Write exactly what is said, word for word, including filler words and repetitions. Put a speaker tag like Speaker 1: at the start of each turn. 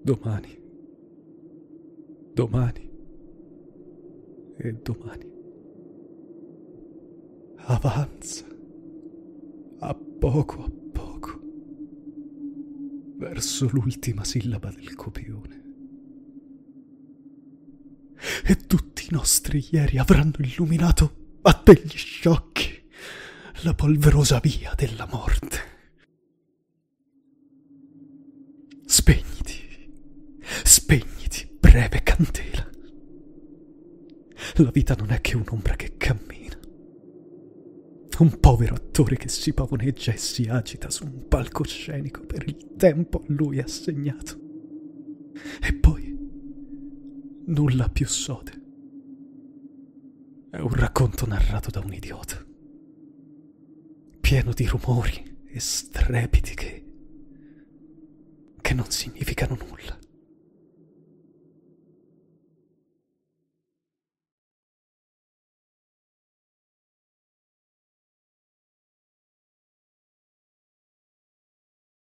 Speaker 1: Domani, domani e domani. Avanza, a poco a poco, verso l'ultima sillaba del copione. E tutti i nostri ieri avranno illuminato a degli sciocchi la polverosa via della morte. Spegniti, spegniti, breve candela. La vita non è che un'ombra che cammina, un povero attore che si pavoneggia e si agita su un palcoscenico per il tempo a lui assegnato. E poi nulla più sode. È un racconto narrato da un idiota, pieno di rumori e strepiti che, che non significano nulla.